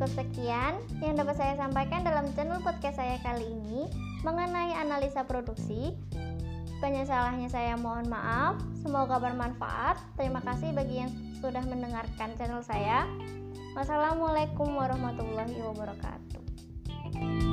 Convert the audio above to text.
Cukup sekian yang dapat saya sampaikan dalam channel podcast saya kali ini mengenai analisa produksi. Banyak salahnya saya mohon maaf. Semoga bermanfaat. Terima kasih bagi yang sudah mendengarkan channel saya. Wassalamualaikum warahmatullahi wabarakatuh.